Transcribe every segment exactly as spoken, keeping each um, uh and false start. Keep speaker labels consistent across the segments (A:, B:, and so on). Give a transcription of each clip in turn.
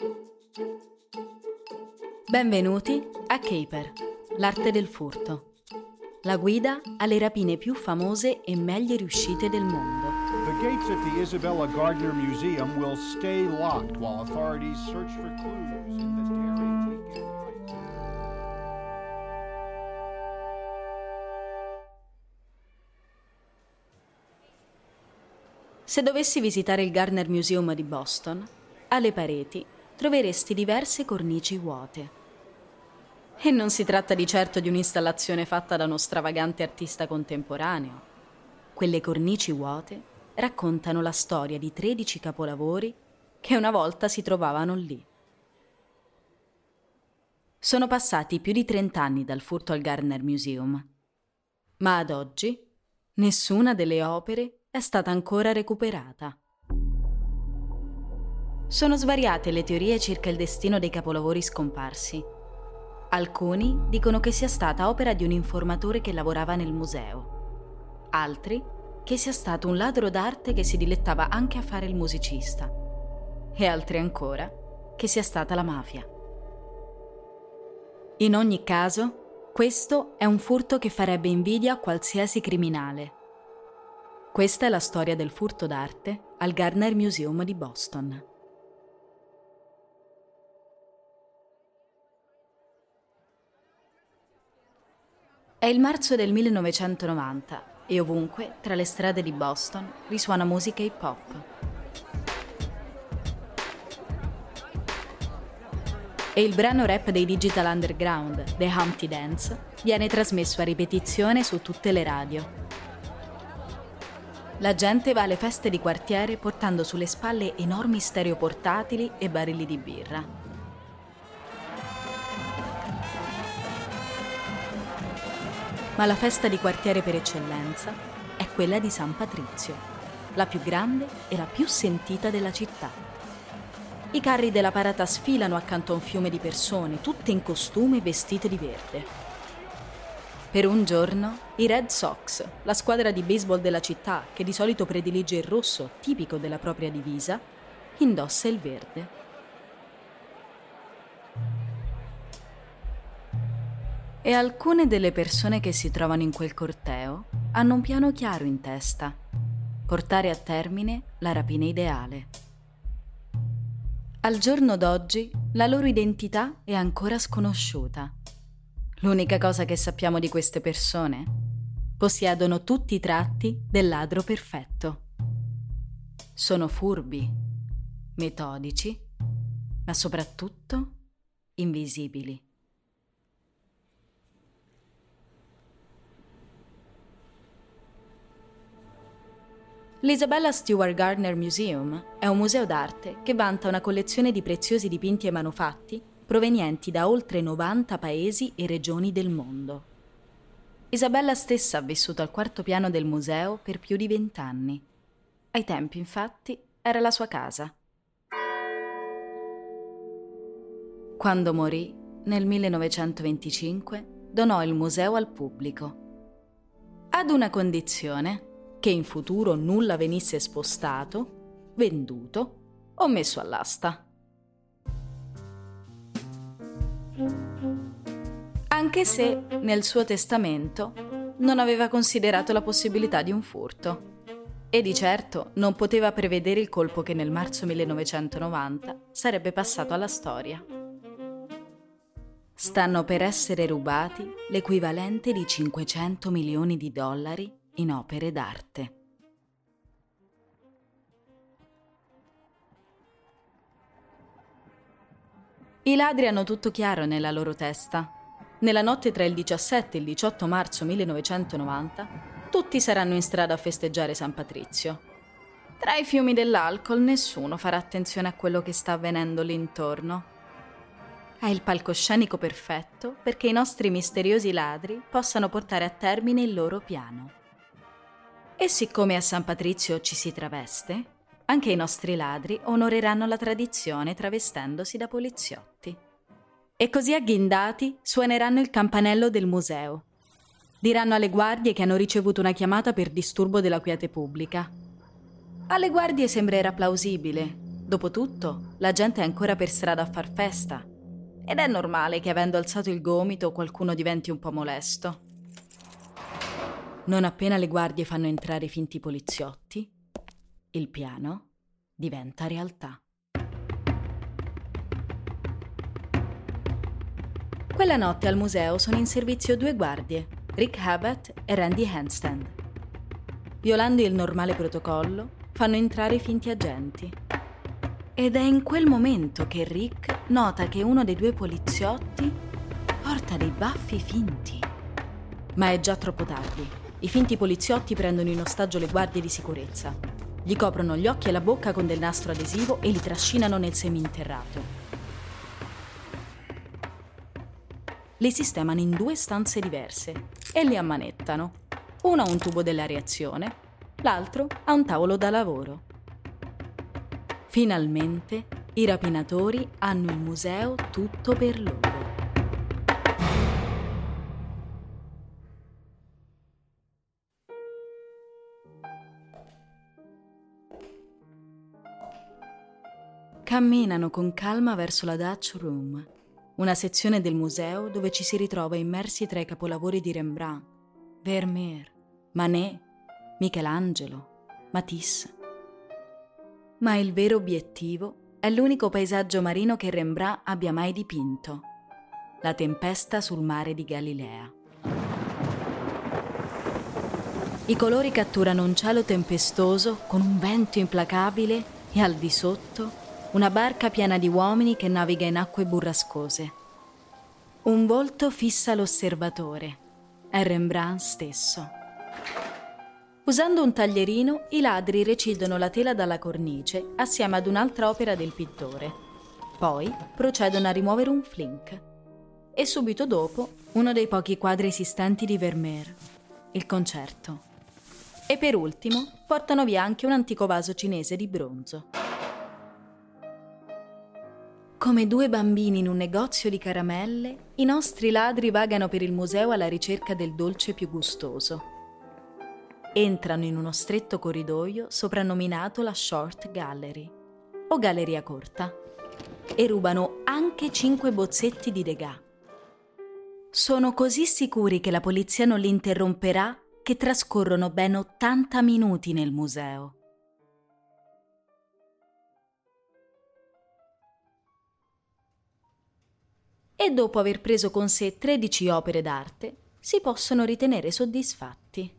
A: Benvenuti a Caper, l'arte del furto. La guida alle rapine più famose e meglio riuscite del mondo.
B: The gates at the Isabella Gardner Museum will stay locked while authorities search for clues in the daring weekend heist.
A: Se dovessi visitare il Gardner Museum di Boston, alle pareti troveresti diverse cornici vuote. E non si tratta di certo di un'installazione fatta da uno stravagante artista contemporaneo. Quelle cornici vuote raccontano la storia di tredici capolavori che una volta si trovavano lì. Sono passati più di trent'anni dal furto al Gardner Museum, ma ad oggi nessuna delle opere è stata ancora recuperata. Sono svariate le teorie circa il destino dei capolavori scomparsi. Alcuni dicono che sia stata opera di un informatore che lavorava nel museo. Altri che sia stato un ladro d'arte che si dilettava anche a fare il musicista. E altri ancora che sia stata la mafia. In ogni caso, questo è un furto che farebbe invidia a qualsiasi criminale. Questa è la storia del furto d'arte al Gardner Museum di Boston. È il marzo del millenovecentonovanta e ovunque, tra le strade di Boston, risuona musica hip hop. E il brano rap dei Digital Underground, The Humpty Dance, viene trasmesso a ripetizione su tutte le radio. La gente va alle feste di quartiere portando sulle spalle enormi stereo portatili e barili di birra. Ma la festa di quartiere per eccellenza è quella di San Patrizio, la più grande e la più sentita della città. I carri della parata sfilano accanto a un fiume di persone, tutte in costume e vestite di verde. Per un giorno, i Red Sox, la squadra di baseball della città, che di solito predilige il rosso, tipico della propria divisa, indossa il verde. E alcune delle persone che si trovano in quel corteo hanno un piano chiaro in testa: portare a termine la rapina ideale. Al giorno d'oggi la loro identità è ancora sconosciuta. L'unica cosa che sappiamo di queste persone: possiedono tutti i tratti del ladro perfetto. Sono furbi, metodici, ma soprattutto invisibili. L'Isabella Stewart Gardner Museum è un museo d'arte che vanta una collezione di preziosi dipinti e manufatti provenienti da oltre novanta paesi e regioni del mondo. Isabella stessa ha vissuto al quarto piano del museo per più di vent'anni. Ai tempi, infatti, era la sua casa. Quando morì, nel millenovecentoventicinque, donò il museo al pubblico, ad una condizione: che in futuro nulla venisse spostato, venduto o messo all'asta. Anche se nel suo testamento non aveva considerato la possibilità di un furto e di certo non poteva prevedere il colpo che nel marzo millenovecentonovanta sarebbe passato alla storia. Stanno per essere rubati l'equivalente di cinquecento milioni di dollari in opere d'arte. I ladri hanno tutto chiaro nella loro testa. Nella notte tra il diciassette e il diciotto marzo millenovecentonovanta, tutti saranno in strada a festeggiare San Patrizio. Tra i fiumi dell'alcol nessuno farà attenzione a quello che sta avvenendo lì intorno. È il palcoscenico perfetto perché i nostri misteriosi ladri possano portare a termine il loro piano. E siccome a San Patrizio ci si traveste, anche i nostri ladri onoreranno la tradizione travestendosi da poliziotti. E così agghindati suoneranno il campanello del museo. Diranno alle guardie che hanno ricevuto una chiamata per disturbo della quiete pubblica. Alle guardie sembrerà plausibile, Dopotutto, la gente è ancora per strada a far festa ed è normale che avendo alzato il gomito qualcuno diventi un po' molesto. Non appena le guardie fanno entrare i finti poliziotti, il piano diventa realtà. Quella notte al museo sono in servizio due guardie, Rick Habet e Randy Handstand. Violando il normale protocollo, fanno entrare i finti agenti. Ed è in quel momento che Rick nota che uno dei due poliziotti porta dei baffi finti. Ma è già troppo tardi. I finti poliziotti prendono in ostaggio le guardie di sicurezza. Gli coprono gli occhi e la bocca con del nastro adesivo e li trascinano nel seminterrato. Li sistemano in due stanze diverse e li ammanettano. Uno ha un tubo della reazione, l'altro ha un tavolo da lavoro. Finalmente i rapinatori hanno il museo tutto per loro. Camminano con calma verso la Dutch Room, una sezione del museo dove ci si ritrova immersi tra i capolavori di Rembrandt, Vermeer, Manet, Michelangelo, Matisse. Ma il vero obiettivo è l'unico paesaggio marino che Rembrandt abbia mai dipinto, la tempesta sul mare di Galilea. I colori catturano un cielo tempestoso con un vento implacabile e al di sotto una barca piena di uomini che naviga in acque burrascose. Un volto fissa l'osservatore. È Rembrandt stesso. Usando un taglierino, i ladri recidono la tela dalla cornice assieme ad un'altra opera del pittore. Poi procedono a rimuovere un flink. E subito dopo, uno dei pochi quadri esistenti di Vermeer, il Concerto. E per ultimo, portano via anche un antico vaso cinese di bronzo. Come due bambini in un negozio di caramelle, i nostri ladri vagano per il museo alla ricerca del dolce più gustoso. Entrano in uno stretto corridoio soprannominato la Short Gallery, o galleria corta, e rubano anche cinque bozzetti di Degas. Sono così sicuri che la polizia non li interromperà che trascorrono ben ottanta minuti nel museo. E dopo aver preso con sé tredici opere d'arte, si possono ritenere soddisfatti.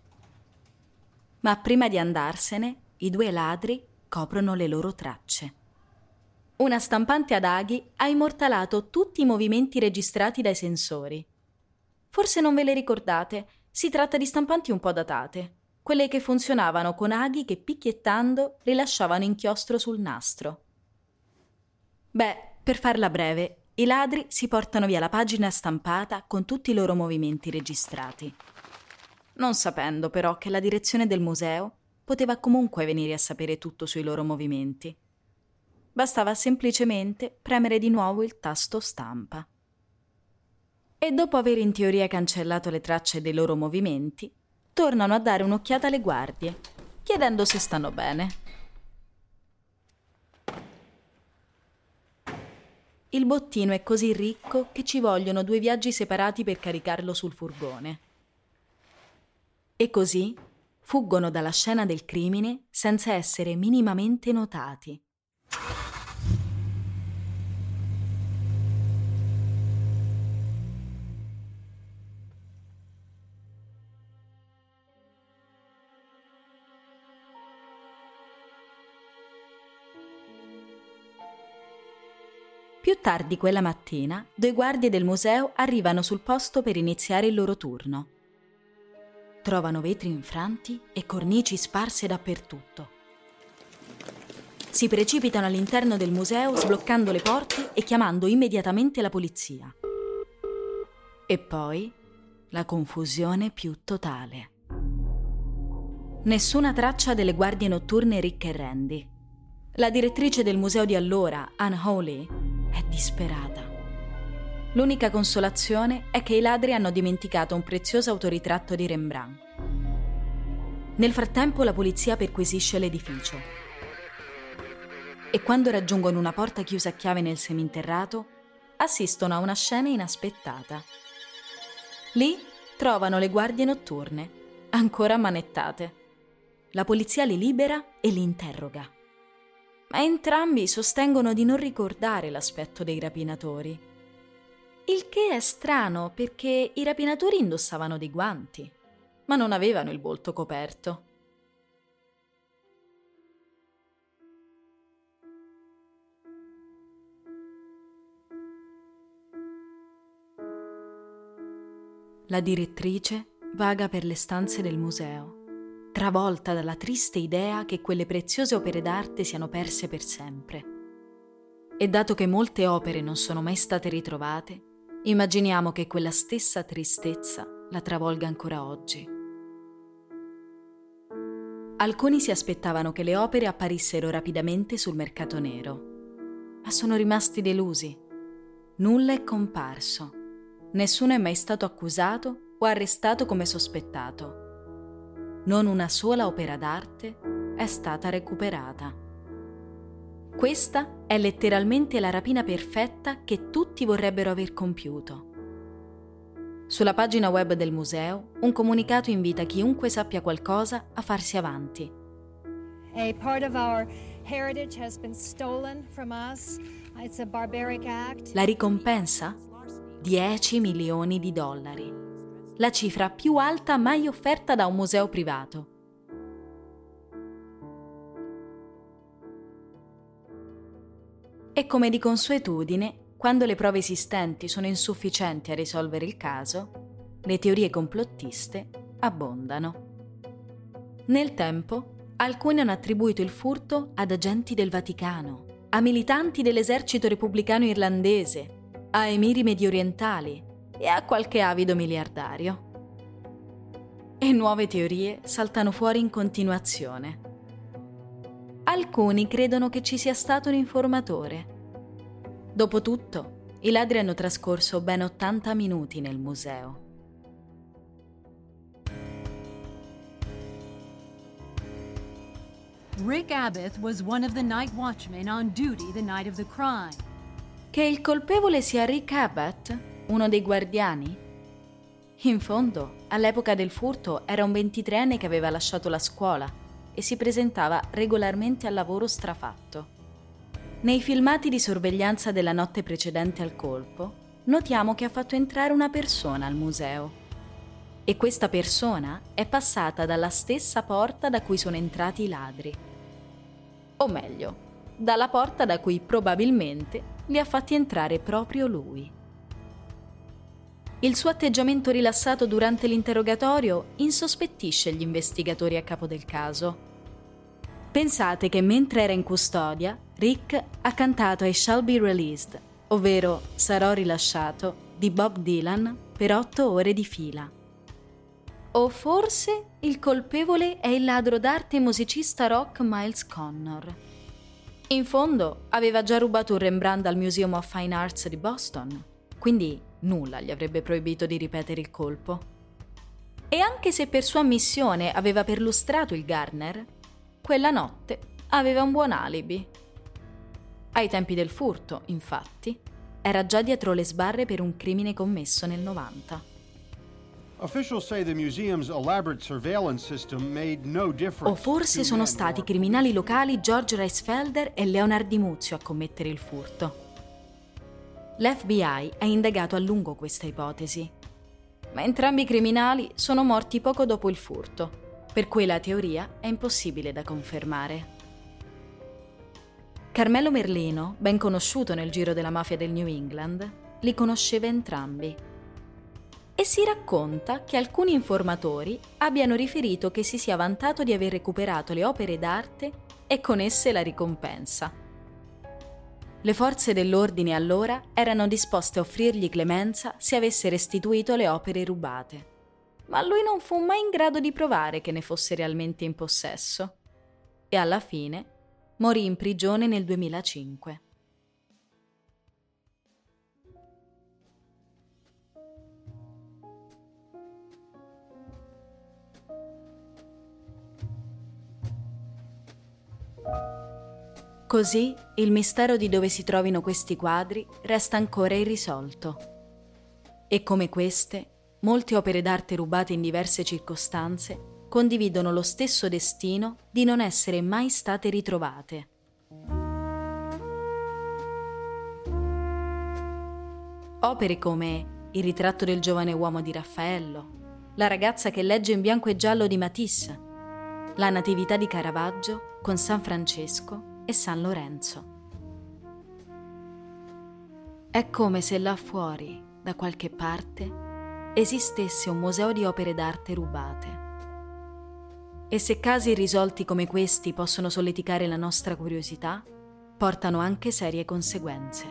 A: Ma prima di andarsene, i due ladri coprono le loro tracce. Una stampante ad aghi ha immortalato tutti i movimenti registrati dai sensori. Forse non ve le ricordate, si tratta di stampanti un po' datate, quelle che funzionavano con aghi che picchiettando rilasciavano inchiostro sul nastro. Beh, per farla breve, i ladri si portano via la pagina stampata con tutti i loro movimenti registrati, non sapendo però che la direzione del museo poteva comunque venire a sapere tutto sui loro movimenti. Bastava semplicemente premere di nuovo il tasto stampa. E dopo aver in teoria cancellato le tracce dei loro movimenti, tornano a dare un'occhiata alle guardie, chiedendo se stanno bene. Il bottino è così ricco che ci vogliono due viaggi separati per caricarlo sul furgone. E così fuggono dalla scena del crimine senza essere minimamente notati. Più tardi quella mattina, due guardie del museo arrivano sul posto per iniziare il loro turno. Trovano vetri infranti e cornici sparse dappertutto. Si precipitano all'interno del museo sbloccando le porte e chiamando immediatamente la polizia. E poi la confusione più totale. Nessuna traccia delle guardie notturne Rick e Randy. La direttrice del museo di allora, Anne Hawley, è disperata. L'unica consolazione è che i ladri hanno dimenticato un prezioso autoritratto di Rembrandt. Nel frattempo la polizia perquisisce l'edificio. e quando raggiungono una porta chiusa a chiave nel seminterrato, assistono a una scena inaspettata. Lì trovano le guardie notturne, ancora ammanettate. La polizia li libera e li interroga. Ma entrambi sostengono di non ricordare l'aspetto dei rapinatori. Il che è strano perché i rapinatori indossavano dei guanti, ma non avevano il volto coperto. La direttrice vaga per le stanze del museo, travolta dalla triste idea che quelle preziose opere d'arte siano perse per sempre. E dato che molte opere non sono mai state ritrovate, immaginiamo che quella stessa tristezza la travolga ancora oggi. Alcuni si aspettavano che le opere apparissero rapidamente sul mercato nero, ma sono rimasti delusi. Nulla è comparso. Nessuno è mai stato accusato o arrestato come sospettato. Non una sola opera d'arte è stata recuperata. Questa è letteralmente la rapina perfetta che tutti vorrebbero aver compiuto. Sulla pagina web del museo, un comunicato invita chiunque sappia qualcosa a farsi avanti.
C: A part of our heritage has been stolen from us. It's a barbaric act.
A: La ricompensa? dieci milioni di dollari. La cifra più alta mai offerta da un museo privato. E come di consuetudine, quando le prove esistenti sono insufficienti a risolvere il caso, le teorie complottiste abbondano. Nel tempo, alcuni hanno attribuito il furto ad agenti del Vaticano, a militanti dell'esercito repubblicano irlandese, a emiri mediorientali e a qualche avido miliardario. E nuove teorie saltano fuori in continuazione. Alcuni credono che ci sia stato un informatore. Dopotutto, i ladri hanno trascorso ben ottanta minuti nel museo.
D: Rick Abbott was one of the night watchmen on duty the night of the crime.
A: Che il colpevole sia Rick Abbott, uno dei guardiani? In fondo, all'epoca del furto era un ventitreenne che aveva lasciato la scuola e si presentava regolarmente al lavoro strafatto. Nei filmati di sorveglianza della notte precedente al colpo, notiamo che ha fatto entrare una persona al museo. E questa persona è passata dalla stessa porta da cui sono entrati i ladri. O meglio, dalla porta da cui probabilmente li ha fatti entrare proprio lui. Il suo atteggiamento rilassato durante l'interrogatorio insospettisce gli investigatori a capo del caso. Pensate che mentre era in custodia, Rick ha cantato I Shall Be Released, ovvero Sarò rilasciato, di Bob Dylan per otto ore di fila. O forse il colpevole è il ladro d'arte e musicista rock Miles Connor. In fondo, aveva già rubato un Rembrandt al Museum of Fine Arts di Boston, quindi nulla gli avrebbe proibito di ripetere il colpo. E anche se per sua ammissione aveva perlustrato il Gardner, quella notte aveva un buon alibi. Ai tempi del furto, infatti, era già dietro le sbarre per un crimine commesso nel novanta.
B: Officials say the museum's elaborate surveillance system made no difference.
A: O forse sono stati i criminali locali George Reisfelder e Leonard Di Muzio a commettere il furto. L'F B I ha indagato a lungo questa ipotesi, ma entrambi i criminali sono morti poco dopo il furto, per cui la teoria è impossibile da confermare. Carmelo Merlino, ben conosciuto nel giro della mafia del New England, li conosceva entrambi. E si racconta che alcuni informatori abbiano riferito che si sia vantato di aver recuperato le opere d'arte e con esse la ricompensa. Le forze dell'ordine allora erano disposte a offrirgli clemenza se avesse restituito le opere rubate, ma lui non fu mai in grado di provare che ne fosse realmente in possesso e alla fine morì in prigione nel duemilacinque. Così il mistero di dove si trovino questi quadri resta ancora irrisolto. E come queste, molte opere d'arte rubate in diverse circostanze condividono lo stesso destino di non essere mai state ritrovate. Opere come Il ritratto del giovane uomo di Raffaello, La ragazza che legge in bianco e giallo di Matisse, La Natività di Caravaggio con San Francesco e San Lorenzo. È come se là fuori, da qualche parte, esistesse un museo di opere d'arte rubate. E se casi irrisolti come questi possono solleticare la nostra curiosità, portano anche serie conseguenze.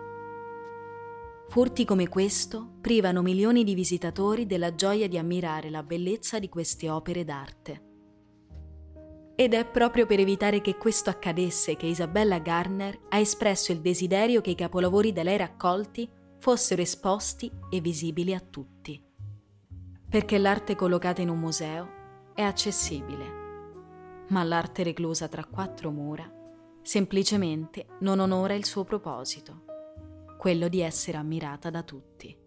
A: Furti come questo privano milioni di visitatori della gioia di ammirare la bellezza di queste opere d'arte. Ed è proprio per evitare che questo accadesse che Isabella Gardner ha espresso il desiderio che i capolavori da lei raccolti fossero esposti e visibili a tutti. Perché l'arte collocata in un museo è accessibile, ma l'arte reclusa tra quattro mura semplicemente non onora il suo proposito, quello di essere ammirata da tutti.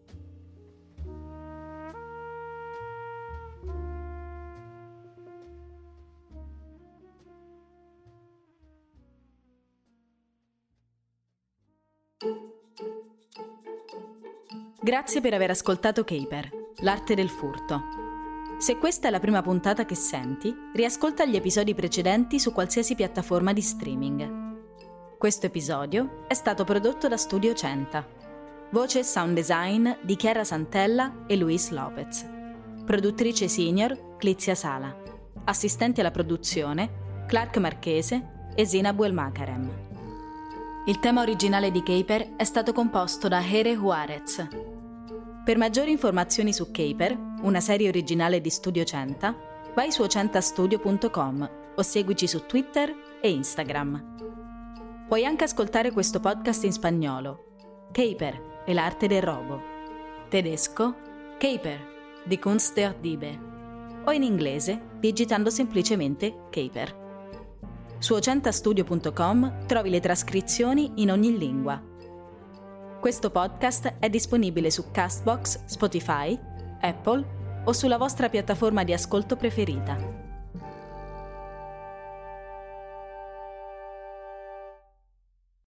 A: Grazie per aver ascoltato Caper, l'arte del furto. Se questa è la prima puntata che senti, riascolta gli episodi precedenti su qualsiasi piattaforma di streaming. Questo episodio è stato prodotto da Studio Centa. Voce e sound design di Chiara Santella e Luis Lopez. Produttrice senior Clizia Sala. Assistenti alla produzione Clark Marchese e Zina Buelmakarem. Il tema originale di Caper è stato composto da Jere Juarez. Per maggiori informazioni su Caper, una serie originale di Studio Centa, vai su centastudio punto com o seguici su Twitter e Instagram. Puoi anche ascoltare questo podcast in spagnolo, Caper e l'arte del robo, tedesco, Caper, die Kunst der Diebe, o in inglese digitando semplicemente Caper. Su centastudio punto com trovi le trascrizioni in ogni lingua. Questo podcast è disponibile su Castbox, Spotify, Apple o sulla vostra piattaforma di ascolto preferita.